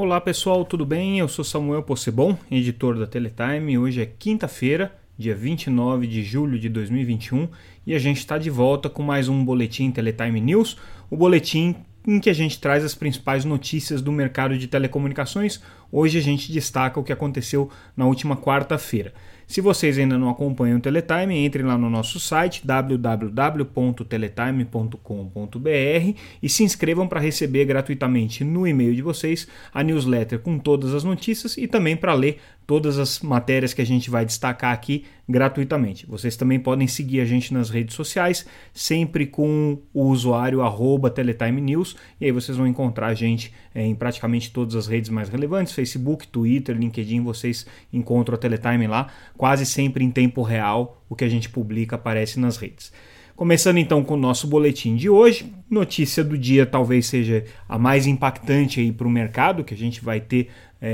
Olá pessoal, tudo bem? Eu sou Samuel Possebon, editor da Teletime. Hoje é quinta-feira, dia 29 de julho de 2021 e a gente está de volta com mais um Boletim Teletime News, o boletim em que a gente traz as principais notícias do mercado de telecomunicações. Hoje a gente destaca o que aconteceu na última quarta-feira. Se vocês ainda não acompanham o Teletime, entrem lá no nosso site www.teletime.com.br e se inscrevam para receber gratuitamente no e-mail de vocês a newsletter com todas as notícias e também para ler todas as matérias que a gente vai destacar aqui gratuitamente. Vocês também podem seguir a gente nas redes sociais, sempre com o usuário @Teletime News, e aí vocês vão encontrar a gente em praticamente todas as redes mais relevantes, Facebook, Twitter, LinkedIn, vocês encontram a Teletime lá, quase sempre em tempo real, o que a gente publica aparece nas redes. Começando então com o nosso boletim de hoje, notícia do dia talvez seja a mais impactante aí para o mercado, que a gente vai ter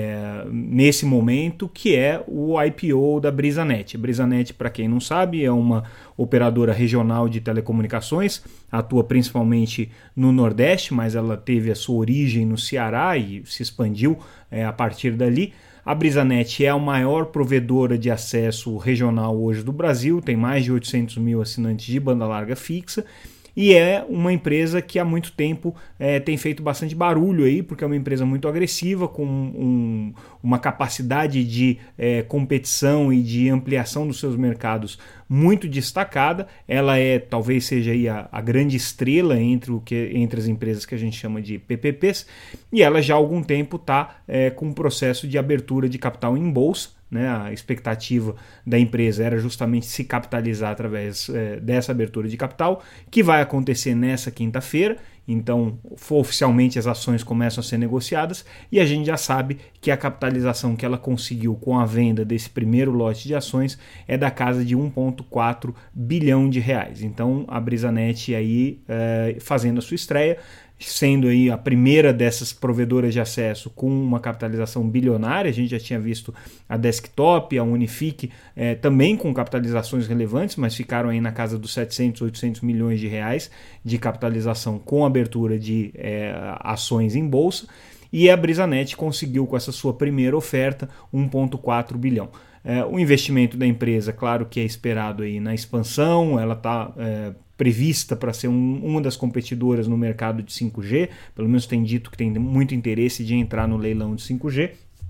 nesse momento, que é o IPO da Brisanet. A Brisanet, para quem não sabe, é uma operadora regional de telecomunicações, atua principalmente no Nordeste, mas ela teve a sua origem no Ceará e se expandiu a partir dali. A Brisanet é a maior provedora de acesso regional hoje do Brasil, tem mais de 800 mil assinantes de banda larga fixa e é uma empresa que há muito tempo tem feito bastante barulho aí, porque é uma empresa muito agressiva, com uma capacidade de competição e de ampliação dos seus mercados muito destacada. Ela talvez seja aí a grande estrela entre as empresas que a gente chama de PPPs, e ela já há algum tempo está com um processo de abertura de capital em bolsa. A expectativa da empresa era justamente se capitalizar através dessa abertura de capital, que vai acontecer nessa quinta-feira. Então, oficialmente as ações começam a ser negociadas e a gente já sabe que a capitalização que ela conseguiu com a venda desse primeiro lote de ações é da casa de 1,4 bilhão de reais. Então, a Brisanet aí fazendo a sua estreia, sendo aí a primeira dessas provedoras de acesso com uma capitalização bilionária. A gente já tinha visto a Desktop, a Unifique, também com capitalizações relevantes, mas ficaram aí na casa dos 700, 800 milhões de reais de capitalização com abertura de ações em bolsa. E a Brisanet conseguiu, com essa sua primeira oferta, 1,4 bilhão. O investimento da empresa, claro que é esperado aí na expansão, ela está prevista para ser uma das competidoras no mercado de 5G, pelo menos tem dito que tem muito interesse de entrar no leilão de 5G.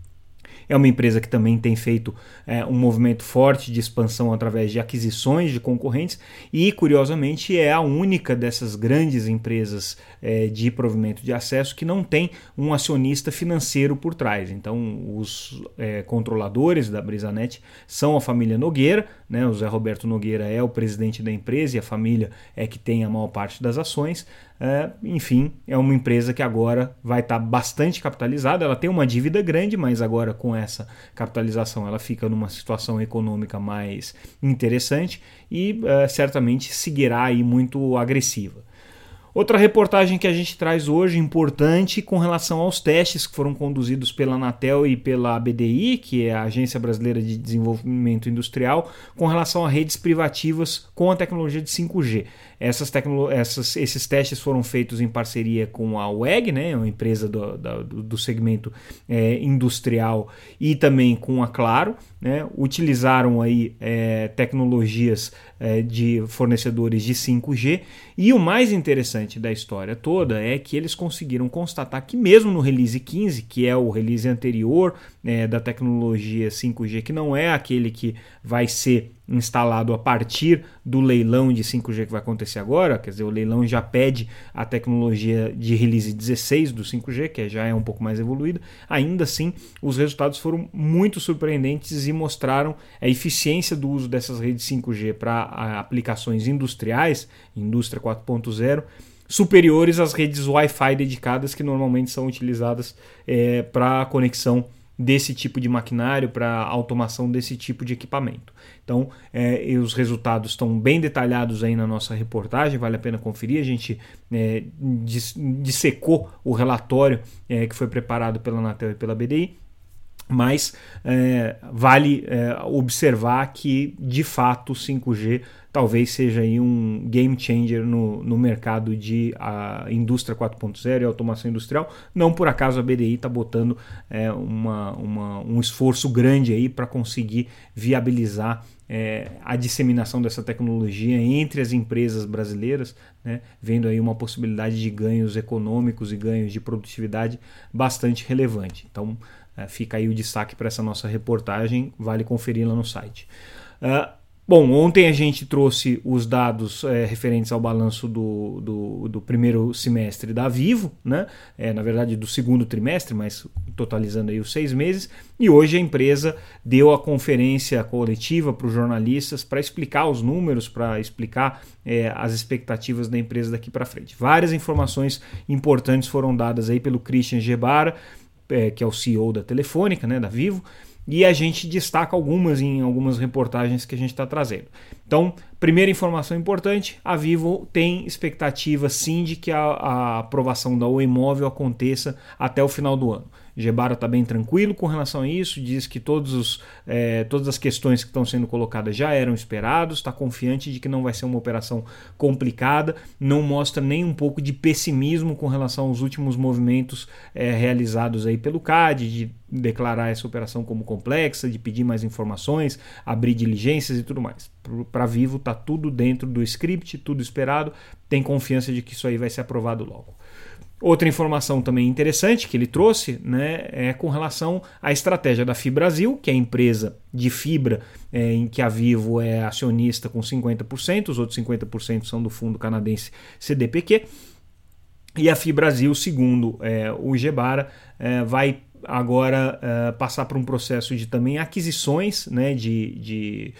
É uma empresa que também tem feito um movimento forte de expansão através de aquisições de concorrentes e, curiosamente, é a única dessas grandes empresas de provimento de acesso que não tem um acionista financeiro por trás. Então, os controladores da Brisanet são a família Nogueira, né? O Zé Roberto Nogueira é o presidente da empresa e a família é que tem a maior parte das ações. Enfim, é uma empresa que agora vai estar bastante capitalizada. Ela tem uma dívida grande, mas agora com essa capitalização ela fica numa situação econômica mais interessante e certamente seguirá aí muito agressiva. Outra reportagem que a gente traz hoje, importante, com relação aos testes que foram conduzidos pela Anatel e pela ABDI, que é a Agência Brasileira de Desenvolvimento Industrial, com relação a redes privativas com a tecnologia de 5G. Esses testes foram feitos em parceria com a WEG, né, uma empresa do segmento industrial, e também com a Claro, né, utilizaram aí tecnologias de fornecedores de 5G, e o mais interessante da história toda é que eles conseguiram constatar que mesmo no release 15, que é o release anterior da tecnologia 5G, que não é aquele que vai ser instalado a partir do leilão de 5G que vai acontecer agora, quer dizer, o leilão já pede a tecnologia de release 16 do 5G, que já é um pouco mais evoluída. Ainda assim, os resultados foram muito surpreendentes e mostraram a eficiência do uso dessas redes 5G para aplicações industriais, indústria 4.0, superiores às redes Wi-Fi dedicadas que normalmente são utilizadas para a conexão desse tipo de maquinário, para a automação desse tipo de equipamento. Então, os resultados estão bem detalhados aí na nossa reportagem, vale a pena conferir. A gente dissecou o relatório que foi preparado pela Anatel e pela BDI. Mas vale observar que, de fato, o 5G talvez seja aí um game changer no mercado de indústria 4.0 e automação industrial. Não por acaso a BDI está botando um esforço grande aí para conseguir viabilizar a disseminação dessa tecnologia entre as empresas brasileiras, né, vendo aí uma possibilidade de ganhos econômicos e ganhos de produtividade bastante relevante. Então, fica aí o destaque para essa nossa reportagem, vale conferir lá no site. Bom, ontem a gente trouxe os dados referentes ao balanço do primeiro semestre da Vivo, né? Na verdade do segundo trimestre, mas totalizando aí os 6 meses, e hoje a empresa deu a conferência coletiva para os jornalistas para explicar os números, para explicar as expectativas da empresa daqui para frente. Várias informações importantes foram dadas aí pelo Christian Gebara, que é o CEO da Telefônica, né, da Vivo, e a gente destaca algumas em algumas reportagens que a gente está trazendo. Então, primeira informação importante, a Vivo tem expectativa sim de que a aprovação da Oi Móvel aconteça até o final do ano. Gebara está bem tranquilo com relação a isso, diz que todas as questões que estão sendo colocadas já eram esperados, está confiante de que não vai ser uma operação complicada, não mostra nem um pouco de pessimismo com relação aos últimos movimentos realizados aí pelo CAD, de declarar essa operação como complexa, de pedir mais informações, abrir diligências e tudo mais. Para Vivo está tudo dentro do script, tudo esperado, tem confiança de que isso aí vai ser aprovado logo. Outra informação também interessante que ele trouxe, né, é com relação à estratégia da FiBrasil, que é a empresa de fibra em que a Vivo é acionista com 50%, os outros 50% são do fundo canadense CDPQ. E a FiBrasil, segundo o Gebara, vai agora passar por um processo de também aquisições, né, de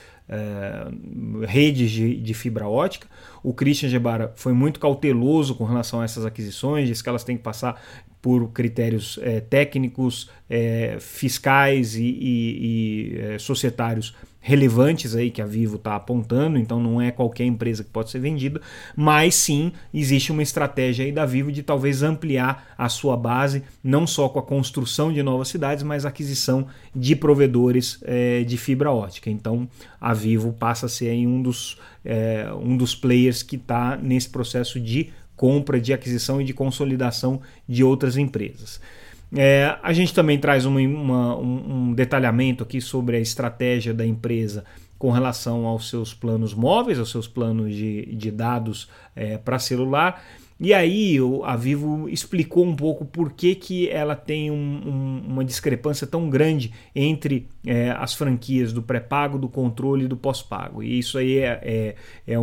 redes de fibra ótica. O Christian Gebara foi muito cauteloso com relação a essas aquisições, diz que elas têm que passar por critérios técnicos, fiscais e societários relevantes aí que a Vivo está apontando, então não é qualquer empresa que pode ser vendida, mas sim existe uma estratégia aí da Vivo de talvez ampliar a sua base, não só com a construção de novas cidades, mas a aquisição de provedores de fibra ótica. Então a Vivo passa a ser aí um dos players que está nesse processo de compra, de aquisição e de consolidação de outras empresas. A gente também traz um detalhamento aqui sobre a estratégia da empresa com relação aos seus planos móveis, aos seus planos de dados para celular. E aí a Vivo explicou um pouco por que ela tem uma discrepância tão grande entre as franquias do pré-pago, do controle e do pós-pago. E isso aí é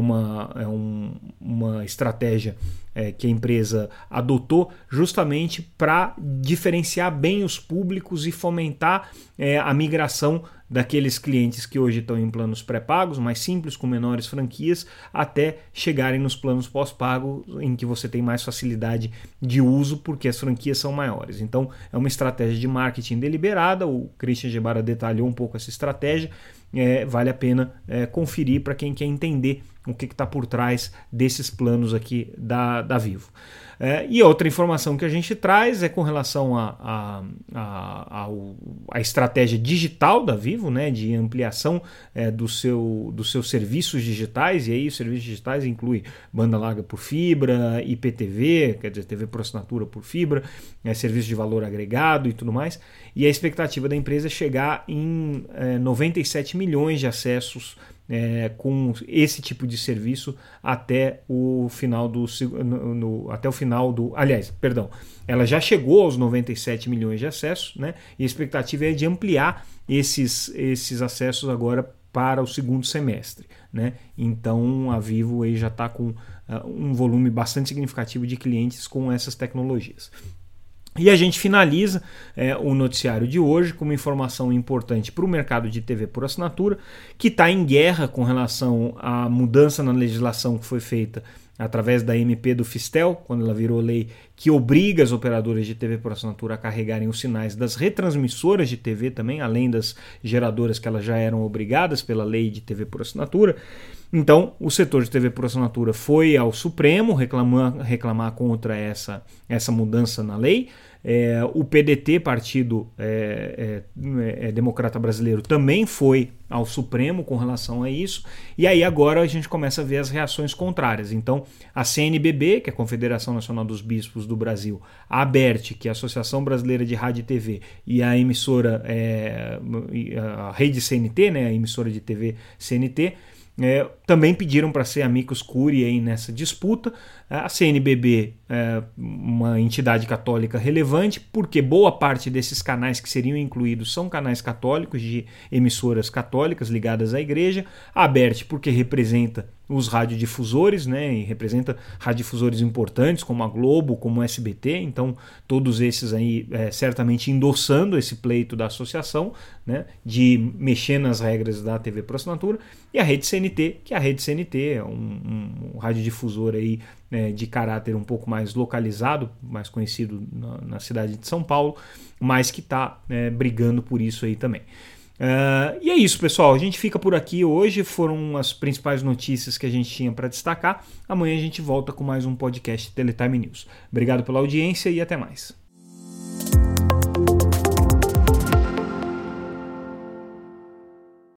uma estratégia que a empresa adotou justamente para diferenciar bem os públicos e fomentar a migração daqueles clientes que hoje estão em planos pré-pagos, mais simples, com menores franquias, até chegarem nos planos pós-pago, em que você tem mais facilidade de uso, porque as franquias são maiores. Então, é uma estratégia de marketing deliberada, o Christian Gebara detalhou um pouco essa estratégia, vale a pena conferir para quem quer entender o que está por trás desses planos aqui da Vivo. E outra informação que a gente traz é com relação à estratégia digital da Vivo, né, de ampliação dos seus serviços digitais, e aí os serviços digitais incluem banda larga por fibra, IPTV, quer dizer, TV por assinatura por fibra, serviço de valor agregado e tudo mais, e a expectativa da empresa é chegar em 97 milhões de acessos com esse tipo de serviço até o final ela já chegou aos 97 milhões de acessos, né? E a expectativa é de ampliar esses acessos agora para o segundo semestre, né? Então a Vivo aí já está com um volume bastante significativo de clientes com essas tecnologias. E a gente finaliza o noticiário de hoje com uma informação importante para o mercado de TV por assinatura, que está em guerra com relação à mudança na legislação que foi feita através da MP do Fistel, quando ela virou lei, que obriga as operadoras de TV por assinatura a carregarem os sinais das retransmissoras de TV também, além das geradoras que elas já eram obrigadas pela lei de TV por assinatura. Então, o setor de TV por assinatura foi ao Supremo reclamar contra essa mudança na lei. O PDT, Partido Democrata Brasileiro, também foi ao Supremo com relação a isso, e aí agora a gente começa a ver as reações contrárias. Então, a CNBB, que é a Confederação Nacional dos Bispos do Brasil, a ABERT, que é a Associação Brasileira de Rádio e TV, e a emissora, a rede CNT, né, a emissora de TV CNT, também pediram para ser amicus curiae nessa disputa. A CNBB é uma entidade católica relevante, porque boa parte desses canais que seriam incluídos são canais católicos, de emissoras católicas ligadas à igreja. A ABERT, porque representa os radiodifusores, né, e representa radiodifusores importantes como a Globo, como o SBT, então todos esses aí certamente endossando esse pleito da associação, né, de mexer nas regras da TV por assinatura. E a rede CNT, que a rede CNT é um radiodifusor aí, de caráter um pouco mais localizado, mais conhecido na cidade de São Paulo, mas que está brigando por isso aí também. E é isso, pessoal. A gente fica por aqui hoje. Foram as principais notícias que a gente tinha para destacar. Amanhã a gente volta com mais um podcast Teletime News. Obrigado pela audiência e até mais.